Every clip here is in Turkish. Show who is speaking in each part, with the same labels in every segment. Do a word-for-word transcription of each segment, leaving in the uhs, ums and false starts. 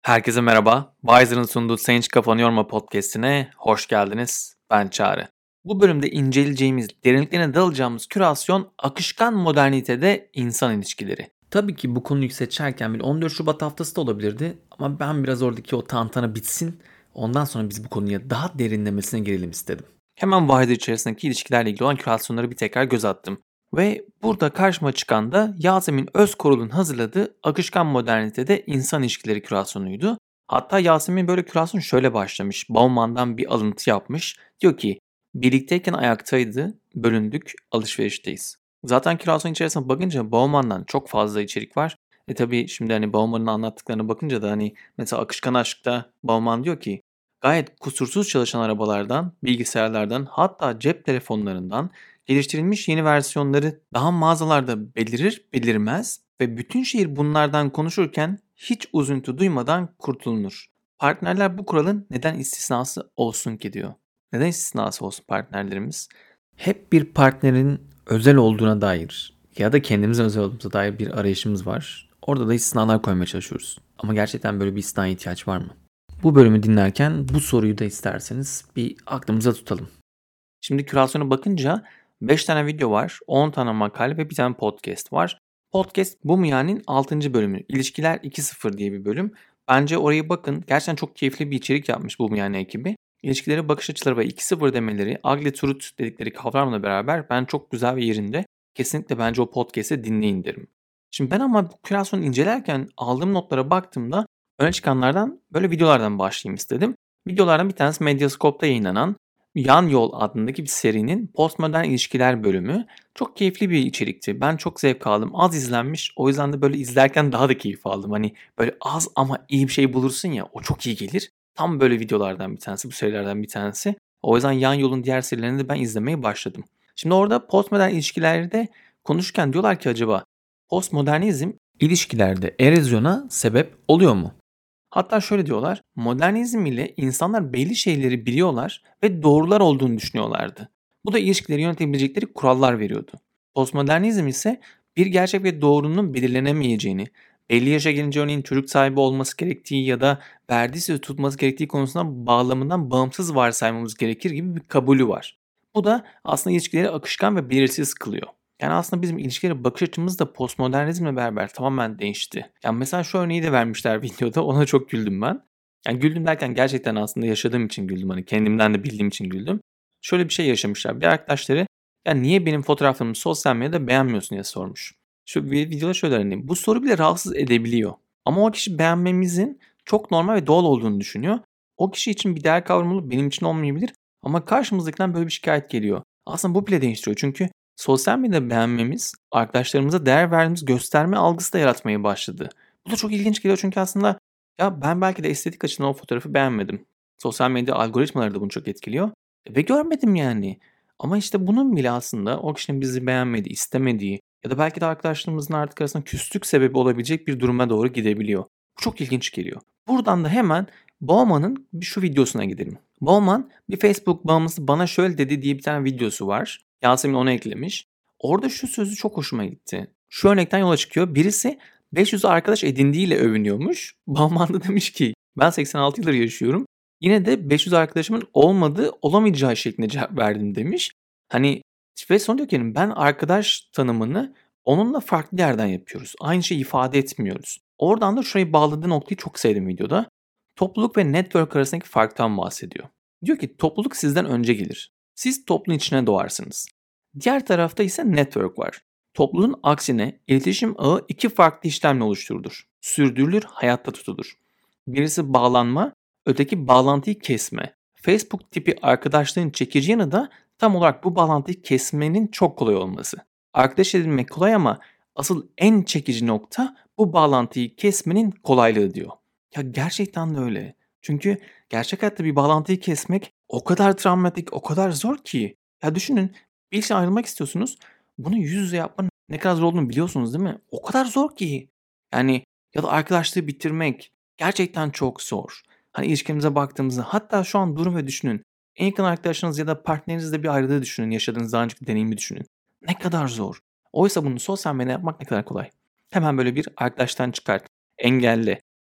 Speaker 1: Herkese merhaba. Wiser'ın sunduğu Sen Hiç Kafanı Yorma podcast'ine hoş geldiniz. Ben Çağrı. Bu bölümde inceleyeceğimiz, derinliklerine dalacağımız kürasyon akışkan modernitede insan ilişkileri. Tabii ki bu konuyu seçerken bile on dört Şubat haftası da olabilirdi ama ben biraz oradaki o tantana bitsin, ondan sonra biz bu konuya daha derinlemesine girelim istedim. Hemen Wiser içerisindeki ilişkilerle ilgili olan kürasyonları bir tekrar göz attım. Ve burada karşıma çıkan da Yasemin Özkorul'un hazırladığı Akışkan Modernite'de insan ilişkileri kürasyonuydu. Hatta Yasemin böyle kürasyon şöyle başlamış. Bauman'dan bir alıntı yapmış. Diyor ki birlikteyken ayaktaydı, bölündük, alışverişteyiz. Zaten kürasyon içerisine bakınca Bauman'dan çok fazla içerik var. E tabi şimdi hani Bauman'ın anlattıklarına bakınca da hani mesela Akışkan Aşk'ta Bauman diyor ki gayet kusursuz çalışan arabalardan, bilgisayarlardan hatta cep telefonlarından geliştirilmiş yeni versiyonları daha mağazalarda belirir belirmez ve bütün şehir bunlardan konuşurken hiç üzüntü duymadan kurtulunur. Partnerler bu kuralın neden istisnası olsun ki diyor. Neden istisnası olsun partnerlerimiz? Hep bir partnerin özel olduğuna dair ya da kendimize özel olduğumuza dair bir arayışımız var. Orada da istisnalar koymaya çalışıyoruz. Ama gerçekten böyle bir istisnaya ihtiyaç var mı? Bu bölümü dinlerken bu soruyu da isterseniz bir aklımıza tutalım. Şimdi kürasyona bakınca beş tane video var, on tane makale ve bir tane podcast var. Podcast Bu mu yani'nin altıncı bölümü. İlişkiler iki nokta sıfır diye bir bölüm. Bence oraya bakın. Gerçekten çok keyifli bir içerik yapmış Bu mu yani ekibi. İlişkilere bakış açıları ve iki nokta sıfır demeleri, ugly truth dedikleri kavramla beraber ben çok güzel ve yerinde. Kesinlikle bence o podcast'i dinleyin derim. Şimdi ben ama bu kürasyonu incelerken aldığım notlara baktığımda öne çıkanlardan böyle videolardan başlayayım istedim. Videolardan bir tanesi Medyascope'da yayınlanan Yan Yol adındaki bir serinin postmodern ilişkiler bölümü. Çok keyifli bir içerikti. Ben çok zevk aldım. Az izlenmiş. O yüzden de böyle izlerken daha da keyif aldım. Hani böyle az ama iyi bir şey bulursun ya, o çok iyi gelir. Tam böyle videolardan bir tanesi, bu serilerden bir tanesi. O yüzden Yan Yol'un diğer serilerini de ben izlemeye başladım. Şimdi orada postmodern ilişkilerde konuşurken diyorlar ki acaba postmodernizm ilişkilerde erozyona sebep oluyor mu? Hatta şöyle diyorlar, modernizm ile insanlar belli şeyleri biliyorlar ve doğrular olduğunu düşünüyorlardı. Bu da ilişkileri yönetebilecekleri kurallar veriyordu. Postmodernizm ise bir gerçek ve doğrunun belirlenemeyeceğini, belli yaşa gelince örneğin çocuk sahibi olması gerektiği ya da verdiği sözü tutması gerektiği konusunda bağlamından bağımsız varsaymamız gerekir gibi bir kabulü var. Bu da aslında ilişkileri akışkan ve belirsiz kılıyor. Yani aslında bizim ilişkilere bakış açımız da postmodernizmle beraber tamamen değişti. Yani mesela şu örneği de vermişler videoda, ona çok güldüm ben. Yani güldüm derken gerçekten aslında yaşadığım için güldüm. Hani kendimden de bildiğim için güldüm. Şöyle bir şey yaşamışlar. Bir arkadaşları ya niye benim fotoğraflarımı sosyal medyada beğenmiyorsun diye sormuş. Şu bir videoda şöyle örneğin. Bu soru bile rahatsız edebiliyor. Ama o kişi beğenmemizin çok normal ve doğal olduğunu düşünüyor. O kişi için bir değer kavramı olup benim için olmayabilir. Ama karşımızdakinden böyle bir şikayet geliyor. Aslında bu bile değiştiriyor. Çünkü sosyal medyada beğenmemiz, arkadaşlarımıza değer verdiğimiz gösterme algısı da yaratmaya başladı. Bu da çok ilginç geliyor çünkü aslında ya ben belki de estetik açıdan o fotoğrafı beğenmedim. Sosyal medya algoritmaları da bunu çok etkiliyor ve görmedim yani. Ama işte bunun bile aslında o kişinin bizi beğenmediği, istemediği ya da belki de arkadaşlarımızın artık arasında küslük sebebi olabilecek bir duruma doğru gidebiliyor. Bu çok ilginç geliyor. Buradan da hemen Bauman'ın bir şu videosuna gidelim. Bauman bir Facebook bağımlısı bana şöyle dedi diye bir tane videosu var. Yasemin onu eklemiş. Orada şu sözü çok hoşuma gitti. Şu örnekten yola çıkıyor. Birisi beş yüz arkadaş edindiğiyle övünüyormuş. Bauman da demiş ki ben seksen altı yıldır yaşıyorum. Yine de beş yüz arkadaşımın olmadığı, olamayacağı şeklinde cevap verdim demiş. Hani ve sonra diyor ki ben arkadaş tanımını onunla farklı yerden yapıyoruz. Aynı şeyi ifade etmiyoruz. Oradan da şurayı bağladığı noktayı çok sevdim videoda. Topluluk ve network arasındaki farktan bahsediyor. Diyor ki topluluk sizden önce gelir. Siz toplumun içine doğarsınız. Diğer tarafta ise network var. Topluluğun aksine iletişim ağı iki farklı işlemle oluşturulur. Sürdürülür, hayatta tutulur. Birisi bağlanma, öteki bağlantıyı kesme. Facebook tipi arkadaşlığın çekici yanı da tam olarak bu bağlantıyı kesmenin çok kolay olması. Arkadaş edinmek kolay ama asıl en çekici nokta bu bağlantıyı kesmenin kolaylığı diyor. Ya gerçekten de öyle. Çünkü gerçek hayatta bir bağlantıyı kesmek o kadar travmatik, o kadar zor ki. Ya düşünün, bir işten ayrılmak istiyorsunuz. Bunu yüz yüze yapmanın ne kadar zor olduğunu biliyorsunuz değil mi? O kadar zor ki. Yani ya da arkadaşlığı bitirmek gerçekten çok zor. Hani ilişkimize baktığımızda hatta şu an durun ve düşünün. En yakın arkadaşınız ya da partnerinizle bir ayrılığı düşünün. Yaşadığınız daha önceki deneyimi düşünün. Ne kadar zor. Oysa bunu sosyal medyada yapmak ne kadar kolay. Hemen böyle bir arkadaştan çıkart. Engelle.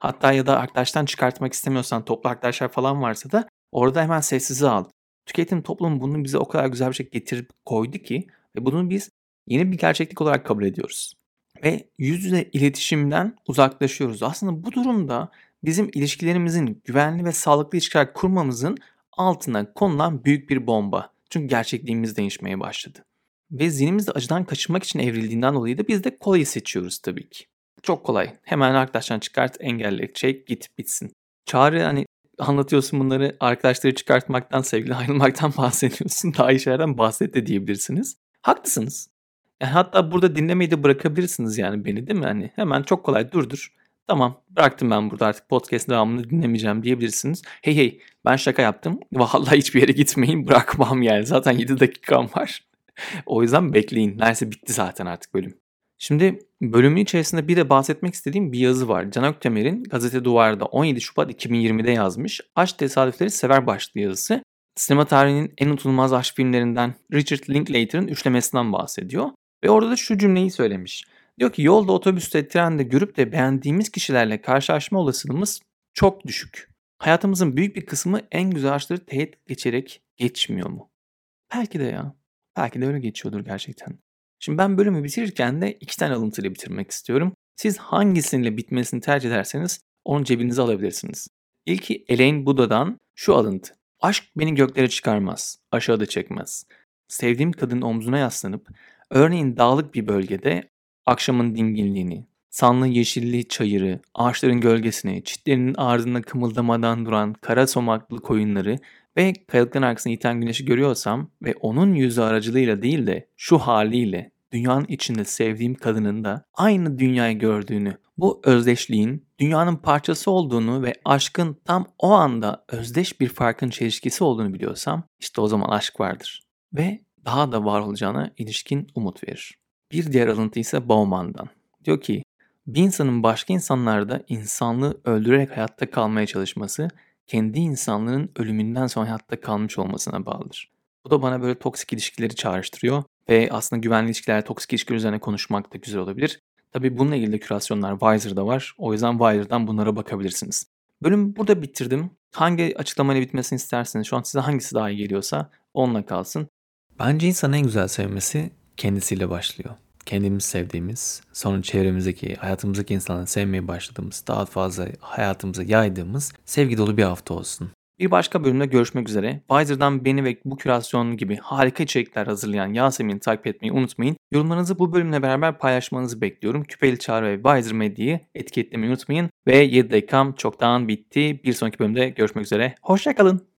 Speaker 1: Hatta ya da arkadaştan çıkartmak istemiyorsan, toplu arkadaşlar falan varsa da orada hemen sessize al. Tüketim toplumu bunu bize o kadar güzel bir şekilde getirip koydu ki ve bunu biz yeni bir gerçeklik olarak kabul ediyoruz. Ve yüz yüze iletişimden uzaklaşıyoruz. Aslında bu durumda bizim ilişkilerimizin güvenli ve sağlıklı ilişkiler kurmamızın altına konulan büyük bir bomba. Çünkü gerçekliğimiz değişmeye başladı. Ve zihnimiz de acıdan kaçınmak için evrildiğinden dolayı da biz de kolayı seçiyoruz tabii ki. Çok kolay. Hemen arkadaştan çıkart, engelle, çek, git, bitsin. Çağrı hani anlatıyorsun bunları, arkadaşları çıkartmaktan, sevgili ayrılmaktan bahsediyorsun. Daha iyi şeylerden bahset de diyebilirsiniz. Haklısınız. Yani hatta burada dinlemeyi de bırakabilirsiniz yani beni, değil mi? Hani hemen çok kolay durdur. Tamam, bıraktım ben burada artık podcast'ın devamını dinlemeyeceğim diyebilirsiniz. Hey hey, ben şaka yaptım. Vallahi hiçbir yere gitmeyin, bırakmam yani. Zaten yedi dakikam var. O yüzden bekleyin. Neredeyse bitti zaten artık bölüm. Şimdi bölümün içerisinde bir de bahsetmek istediğim bir yazı var. Can Öktemer'in Gazete Duvar'da on yedi Şubat iki bin yirmide yazmış. Aşk Tesadüfleri Sever başlıklı yazısı. Sinema tarihinin en unutulmaz aşk filmlerinden Richard Linklater'ın üçlemesinden bahsediyor. Ve orada da şu cümleyi söylemiş. Diyor ki yolda, otobüste, trende görüp de beğendiğimiz kişilerle karşılaşma olasılığımız çok düşük. Hayatımızın büyük bir kısmı en güzel aşkları teğet geçerek geçmiyor mu? Belki de ya. Belki de öyle geçiyordur gerçekten. Şimdi ben bölümü bitirirken de iki tane alıntıyla bitirmek istiyorum. Siz hangisiyle bitmesini tercih ederseniz onu cebinize alabilirsiniz. İlki Elaine Buda'dan şu alıntı. Aşk beni göklere çıkarmaz, aşağıda çekmez. Sevdiğim kadının omzuna yaslanıp, örneğin dağlık bir bölgede akşamın dinginliğini, sanlı yeşilli çayırı, ağaçların gölgesini, çitlerinin ardında kımıldamadan duran kara somaklı koyunları ve kayalıkların arkasına iten güneşi görüyorsam ve onun yüzü aracılığıyla değil de şu haliyle dünyanın içinde sevdiğim kadının da aynı dünyayı gördüğünü, bu özdeşliğin dünyanın parçası olduğunu ve aşkın tam o anda özdeş bir farkın çelişkisi olduğunu biliyorsam işte o zaman aşk vardır. Ve daha da var olacağına ilişkin umut verir. Bir diğer alıntı ise Bauman'dan. Diyor ki, bir insanın başka insanlarda insanlığı öldürerek hayatta kalmaya çalışması, kendi insanlığının ölümünden sonra hayatta kalmış olmasına bağlıdır. Bu da bana böyle toksik ilişkileri çağrıştırıyor ve aslında güvenli ilişkiler, toksik ilişkiler üzerine konuşmak da güzel olabilir. Tabii bununla ilgili de kürasyonlar Wiser'da var. O yüzden Wiser'dan bunlara bakabilirsiniz. Bölümü burada bitirdim. Hangi açıklamayla bitmesini isterseniz, şu an size hangisi daha iyi geliyorsa onunla kalsın. Bence insanın en güzel sevmesi kendisiyle başlıyor. Kendimizi sevdiğimiz, sonra çevremizdeki, hayatımızdaki insanları sevmeye başladığımız, daha fazla hayatımıza yaydığımız sevgi dolu bir hafta olsun. Bir başka bölümde görüşmek üzere. Wiser'dan beni ve bu kürasyon gibi harika içerikler hazırlayan Yasemin'i takip etmeyi unutmayın. Yorumlarınızı bu bölümle beraber paylaşmanızı bekliyorum. Küpeli Çağrı ve Wiser Medya'yı etiketlemeyi unutmayın. Ve yedi dakikam çoktan bitti. Bir sonraki bölümde görüşmek üzere. Hoşça kalın.